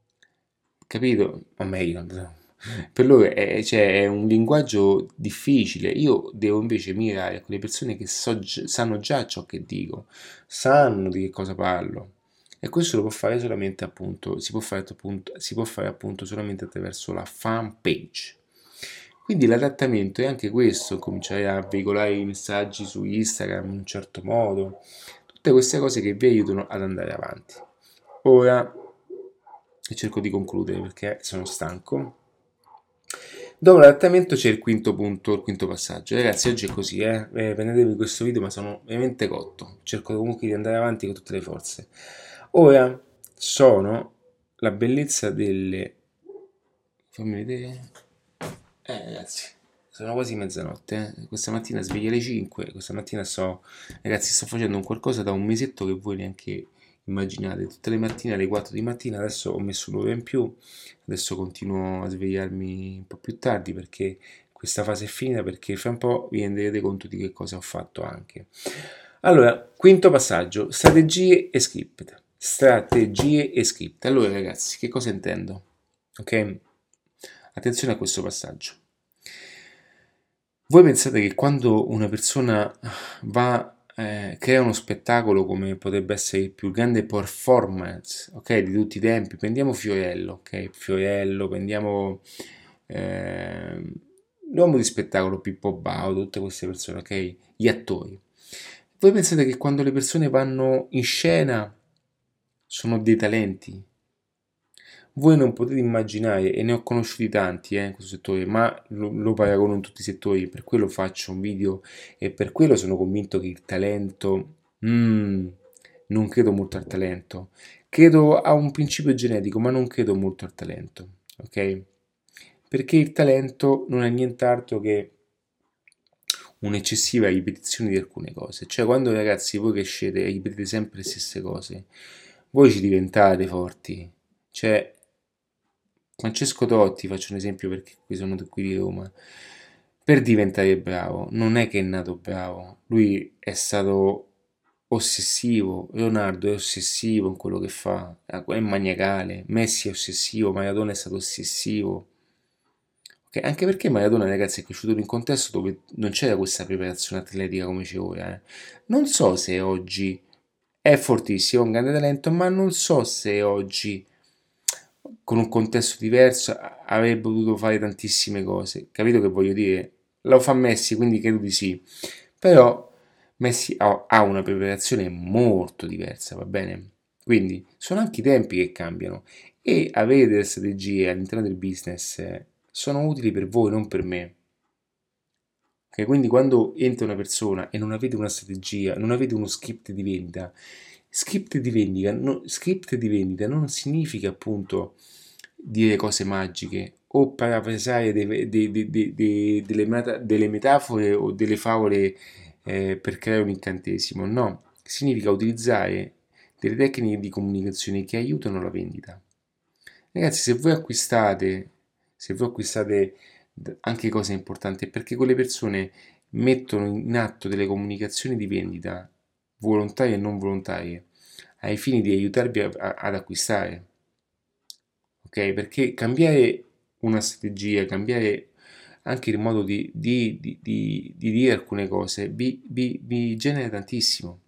capito? O meglio, per loro è, cioè, è un linguaggio difficile. Io devo invece mirare a quelle persone che so gi- sanno già ciò che dico, sanno di che cosa parlo. E questo lo può fare solamente appunto, si può fare appunto, si può fare appunto solamente attraverso la fan page. Quindi l'adattamento è anche questo, cominciare a veicolare i messaggi su Instagram in un certo modo, tutte queste cose che vi aiutano ad andare avanti. Ora cerco di concludere perché sono stanco. Dopo l'adattamento c'è il quinto punto, il quinto passaggio. Ragazzi, oggi è così, eh. Eh, prendetevi questo video, ma sono veramente cotto. Cerco comunque di andare avanti con tutte le forze. Ora sono la bellezza delle... Fammi vedere. Eh, ragazzi, sono quasi mezzanotte. Eh. Questa mattina sveglia alle cinque. Questa mattina sto... Ragazzi, sto facendo un qualcosa da un mesetto che voi neanche immaginate. Tutte le mattine alle quattro di mattina. Adesso ho messo un'ora in più. Adesso continuo a svegliarmi un po' più tardi perché questa fase è finita. Perché fra un po' vi renderete conto di che cosa ho fatto anche. Allora, quinto passaggio, strategie e script. Strategie e script. Allora, ragazzi, che cosa intendo? Ok? Attenzione a questo passaggio. Voi pensate che quando una persona va eh, crea uno spettacolo come potrebbe essere il più grande performance, ok, di tutti i tempi, prendiamo Fiorello, ok, Fiorello, prendiamo eh, l'uomo di spettacolo Pippo Baudo, tutte queste persone, ok, gli attori. Voi pensate che quando le persone vanno in scena sono dei talenti? Voi non potete immaginare, e ne ho conosciuti tanti eh, in questo settore, ma lo, lo paragono in tutti i settori, per quello faccio un video e per quello sono convinto che il talento, mm, non credo molto al talento, credo a un principio genetico, ma non credo molto al talento, ok? Perché il talento non è nient'altro che un'eccessiva ripetizione di alcune cose. Cioè, quando ragazzi voi crescete e ripetete sempre le stesse cose, voi ci diventate forti. Cioè, Francesco Totti, faccio un esempio perché qui sono qui di Roma, per diventare bravo, non è che è nato bravo, lui è stato ossessivo, Leonardo è ossessivo in quello che fa, è maniacale, Messi è ossessivo, Maradona è stato ossessivo. Ok, anche perché Maradona, ragazzi, è cresciuto in un contesto dove non c'era questa preparazione atletica come c'è ora. eh. Non so se oggi è fortissimo, è un grande talento, ma non so se oggi, con un contesto diverso, a- avrebbe potuto fare tantissime cose. Capito che voglio dire? Lo fa Messi, quindi credo di sì. Però Messi ha, ha una preparazione molto diversa, va bene? Quindi sono anche i tempi che cambiano e avere delle strategie all'interno del business eh, sono utili per voi, non per me. Okay, quindi quando entra una persona e non avete una strategia, non avete uno script di vendita, script di vendita, no, script di vendita non significa appunto dire cose magiche o parafrasare dei- dei- dei- dei- dei- delle, meta- delle metafore o delle favole eh, per creare un incantesimo, no, significa utilizzare delle tecniche di comunicazione che aiutano la vendita. Ragazzi, se voi acquistate, se voi acquistate d- anche cose importanti, è perché quelle persone mettono in atto delle comunicazioni di vendita, volontarie e non volontarie, ai fini di aiutarvi a- a- ad acquistare. Ok? Perché cambiare una strategia, cambiare anche il modo di, di- di- di- di dire alcune cose, vi, vi- vi genera tantissimo.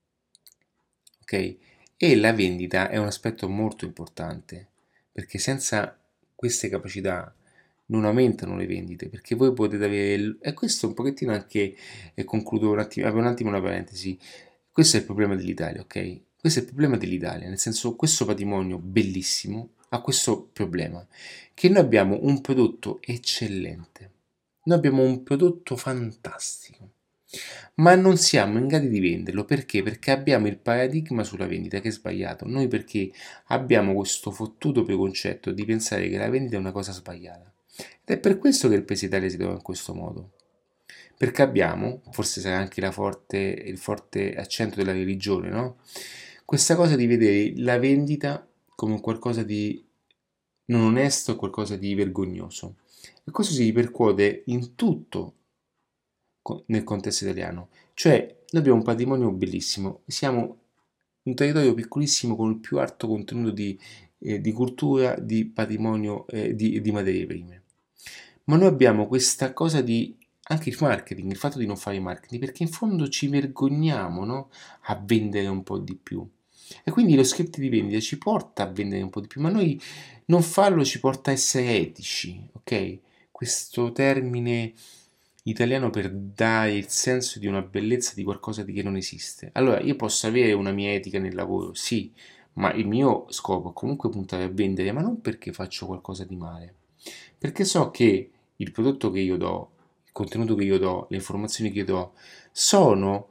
Ok? E la vendita è un aspetto molto importante, perché senza queste capacità non aumentano le vendite, perché voi potete avere, il- e questo un pochettino anche, e concludo un attimo, apro un attimo una parentesi, questo è il problema dell'Italia, ok? Questo è il problema dell'Italia, nel senso questo patrimonio bellissimo ha questo problema, che noi abbiamo un prodotto eccellente, noi abbiamo un prodotto fantastico, ma non siamo in grado di venderlo perché? Perché abbiamo il paradigma sulla vendita che è sbagliato. Noi perché abbiamo questo fottuto preconcetto di pensare che la vendita è una cosa sbagliata. Ed è per questo che il paese Italia si trova in questo modo. Perché abbiamo, forse sarà anche la forte, il forte accento della religione, no? Questa cosa di vedere la vendita come qualcosa di non onesto, qualcosa di vergognoso. E questo si ripercuote in tutto co- nel contesto italiano. Cioè, noi abbiamo un patrimonio bellissimo, siamo un territorio piccolissimo con il più alto contenuto di, eh, di cultura, di patrimonio, eh, di, di materie prime. Ma noi abbiamo questa cosa di anche il marketing, il fatto di non fare marketing, perché in fondo ci vergogniamo, no? A vendere un po' di più. E quindi lo script di vendita ci porta a vendere un po' di più, ma noi non farlo ci porta a essere etici, ok? Questo termine italiano per dare il senso di una bellezza di qualcosa di che non esiste. Allora, io posso avere una mia etica nel lavoro, sì, ma il mio scopo è comunque puntare a vendere, ma non perché faccio qualcosa di male, perché so che il prodotto che io do, il contenuto che io do, le informazioni che io do, sono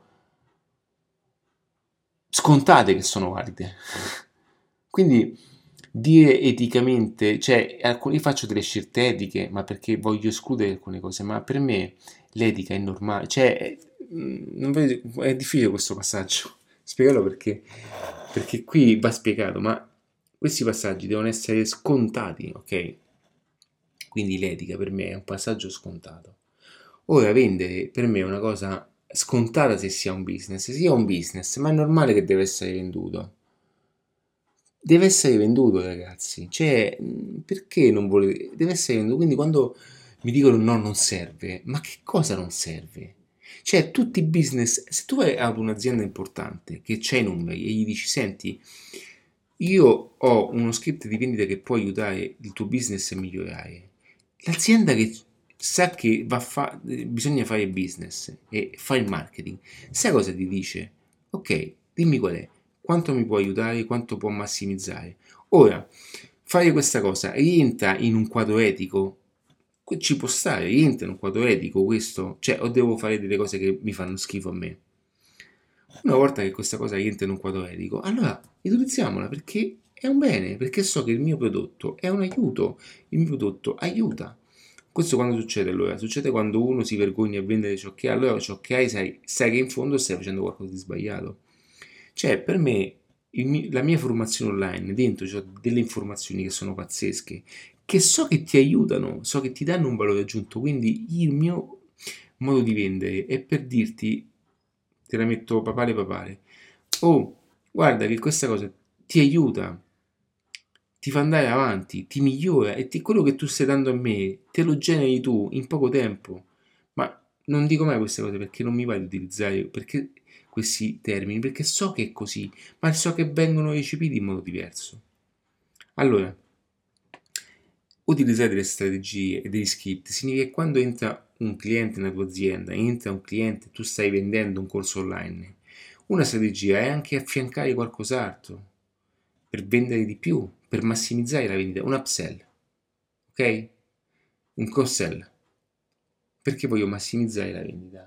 scontate che sono valide. Quindi dire eticamente, cioè alcuni io faccio delle scelte etiche, ma perché voglio escludere alcune cose, ma per me l'etica è normale, cioè è, mm, non vedo- è difficile questo passaggio. Spiegarlo perché, perché qui va spiegato, ma questi passaggi devono essere scontati, ok? Quindi l'etica per me è un passaggio scontato. Ora vendere per me è una cosa scontata se sia un business, sia un business, ma è normale che deve essere venduto. Deve essere venduto, ragazzi. Cioè, mh, perché non volete? Deve essere venduto. Quindi quando mi dicono no, non serve, ma che cosa non serve? Cioè, tutti i business, se tu vai ad un'azienda importante che c'ha i numeri e gli dici, senti, io ho uno script di vendita che può aiutare il tuo business a migliorare, l'azienda che sa che va a fa- bisogna fare business e fa il marketing, sai cosa ti dice? Ok, dimmi qual è, quanto mi può aiutare, quanto può massimizzare. Ora, fare questa cosa rientra in un quadro etico? Ci può stare, rientra in un quadro etico questo? Cioè, o devo fare delle cose che mi fanno schifo a me? Una volta che questa cosa rientra in un quadro etico, allora utilizziamola perché è un bene, perché so che il mio prodotto è un aiuto, il mio prodotto aiuta. Questo quando succede allora? Succede quando uno si vergogna a vendere ciò che ha, allora ciò che hai sai, sai che in fondo stai facendo qualcosa di sbagliato. Cioè, per me, il mi- la mia formazione online, dentro c'ho delle informazioni che sono pazzesche, che so che ti aiutano, so che ti danno un valore aggiunto, quindi il mio modo di vendere è per dirti, te la metto papale papale, oh, guarda che questa cosa ti aiuta, ti fa andare avanti, ti migliora e ti- quello che tu stai dando a me te lo generi tu in poco tempo. Ma non dico mai queste cose perché non mi va di utilizzare perché questi termini, perché so che è così, ma so che vengono recepiti in modo diverso. Allora, utilizzare delle strategie e degli script significa che quando entra un cliente nella tua azienda, entra un cliente, tu stai vendendo un corso online, una strategia è anche affiancare qualcos'altro per vendere di più, per massimizzare la vendita, un upsell, ok? Un cross-sell. Perché voglio massimizzare la vendita.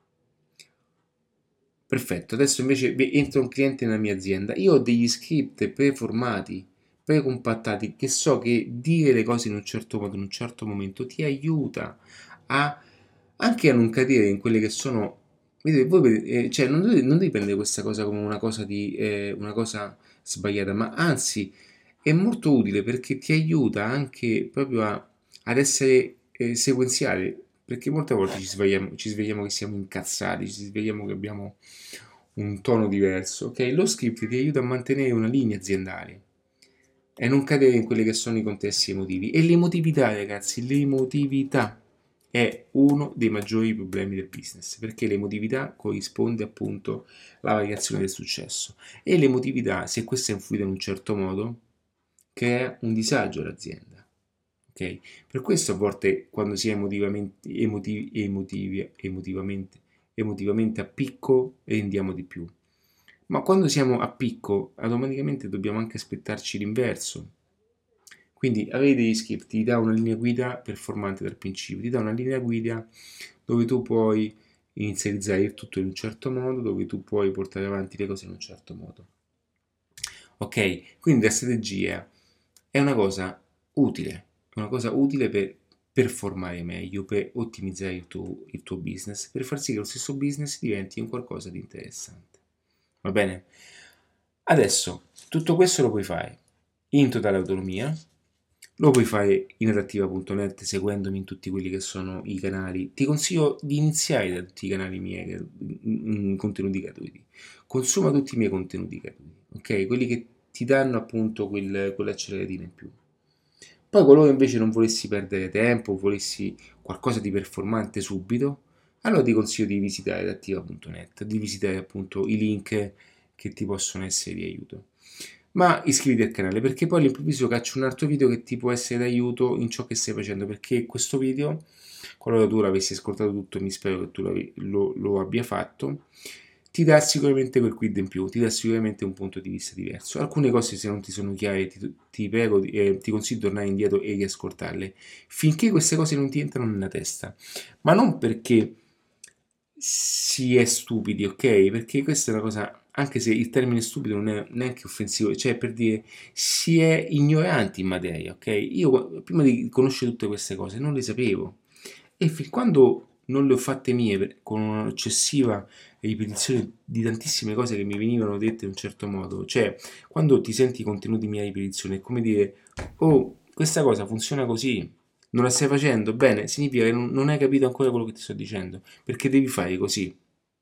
Perfetto, adesso invece entra un cliente nella mia azienda, io ho degli script preformati, precompattati, che so che dire le cose in un certo modo, in un certo momento, ti aiuta a anche a non cadere in quelle che sono, vedete, voi, eh, cioè non dovete, non devi prendere questa cosa come una cosa di eh, una cosa sbagliata, ma anzi è molto utile perché ti aiuta anche proprio a, ad essere eh, sequenziale, perché molte volte ci svegliamo, ci svegliamo che siamo incazzati, ci svegliamo che abbiamo un tono diverso, ok? Lo script ti aiuta a mantenere una linea aziendale e non cadere in quelli che sono i contesti emotivi. E l'emotività, ragazzi, l'emotività è uno dei maggiori problemi del business, perché l'emotività corrisponde appunto alla variazione del successo. E l'emotività, se questa è influita in un certo modo, crea un disagio all'azienda. Ok? Per questo a volte quando si è emotivamente, emotivi, emotivi, emotivamente, emotivamente a picco rendiamo di più. Ma quando siamo a picco, automaticamente dobbiamo anche aspettarci l'inverso. Quindi avere degli script ti dà una linea guida performante dal principio, ti dà una linea guida dove tu puoi inizializzare il tutto in un certo modo, dove tu puoi portare avanti le cose in un certo modo. Ok? Quindi la strategia è una cosa utile, è una cosa utile per performare meglio, per ottimizzare il tuo, il tuo business, per far sì che lo stesso business diventi un qualcosa di interessante. Va bene? Adesso, tutto questo lo puoi fare in totale autonomia, lo puoi fare in adattiva punto net seguendomi in tutti quelli che sono i canali. Ti consiglio di iniziare da tutti i canali miei, mm, contenuti gratuiti. Consuma tutti i miei contenuti gratuiti, ok? Quelli che ti danno appunto quel, quell'acceleratina in più. Poi qualora invece non volessi perdere tempo, volessi qualcosa di performante subito, allora ti consiglio di visitare adattiva punto net, di visitare appunto i link che ti possono essere di aiuto. Ma iscriviti al canale perché poi all'improvviso caccio un altro video che ti può essere d'aiuto in ciò che stai facendo, perché questo video, qualora tu l'avessi ascoltato tutto, mi spero che tu lo, lo abbia fatto, ti dà sicuramente quel quid in più, ti dà sicuramente un punto di vista diverso. Alcune cose se non ti sono chiare ti, ti prego, eh, ti consiglio di tornare indietro e riascoltarle, finché queste cose non ti entrano nella testa, ma non perché si è stupidi, ok? Perché questa è una cosa, anche se il termine stupido non è neanche offensivo, cioè per dire si è ignoranti in materia, ok? Io prima di conoscere tutte queste cose non le sapevo e fin quando non le ho fatte mie con un'eccessiva ripetizione di tantissime cose che mi venivano dette in un certo modo, cioè quando ti senti i contenuti miei a ripetizione è come dire oh, questa cosa funziona così, non la stai facendo bene, significa che non hai capito ancora quello che ti sto dicendo, perché devi fare così.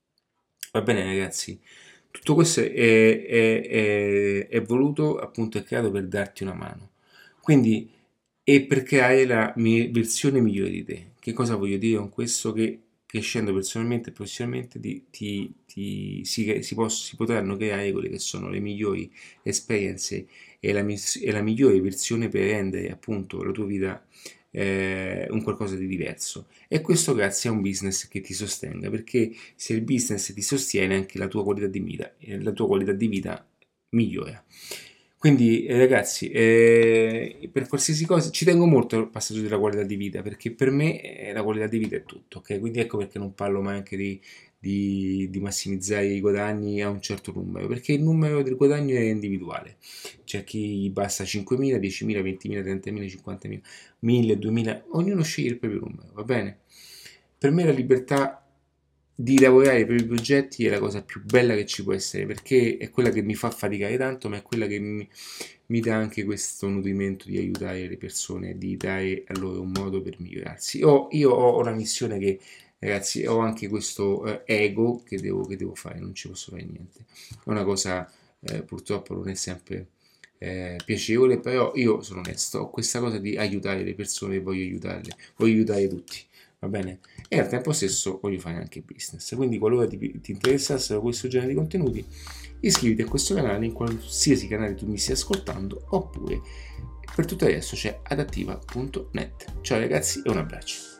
Va bene ragazzi, tutto questo è, è, è, è voluto, appunto è creato per darti una mano, quindi è per creare la mia versione migliore di te. Che cosa voglio dire con questo? Che crescendo personalmente e professionalmente ti, ti, ti, si, si, poss- si potranno creare quelle che sono le migliori esperienze e la, e la migliore versione per rendere appunto la tua vita eh, un qualcosa di diverso, e questo grazie a un business che ti sostenga, perché se il business ti sostiene anche la tua qualità di vita, la tua qualità di vita migliora. Quindi eh, ragazzi, eh, per qualsiasi cosa ci tengo molto al passaggio della qualità di vita, perché per me eh, la qualità di vita è tutto, ok? Quindi ecco perché non parlo mai anche di, di, di massimizzare i guadagni a un certo numero, perché il numero del guadagno è individuale. C'è chi basta cinquemila, diecimila, ventimila, trentamila, cinquantamila, mille, duemila, ognuno sceglie il proprio numero, va bene? Per me la libertà di lavorare per i progetti è la cosa più bella che ci può essere, perché è quella che mi fa faticare tanto, ma è quella che mi, mi dà anche questo nutrimento di aiutare le persone, di dare a loro un modo per migliorarsi. Oh, io ho una missione che, ragazzi, ho anche questo eh, ego che devo, che devo fare, non ci posso fare niente. È una cosa eh, purtroppo non è sempre eh, piacevole, però io sono onesto, ho questa cosa di aiutare le persone e voglio aiutarle, voglio aiutare tutti. Va bene? E al tempo stesso voglio fare anche business, quindi qualora ti, ti interessassero questo genere di contenuti iscriviti a questo canale in qualsiasi canale tu mi stia ascoltando, oppure per tutto adesso c'è adattiva punto net. Ciao ragazzi e un abbraccio.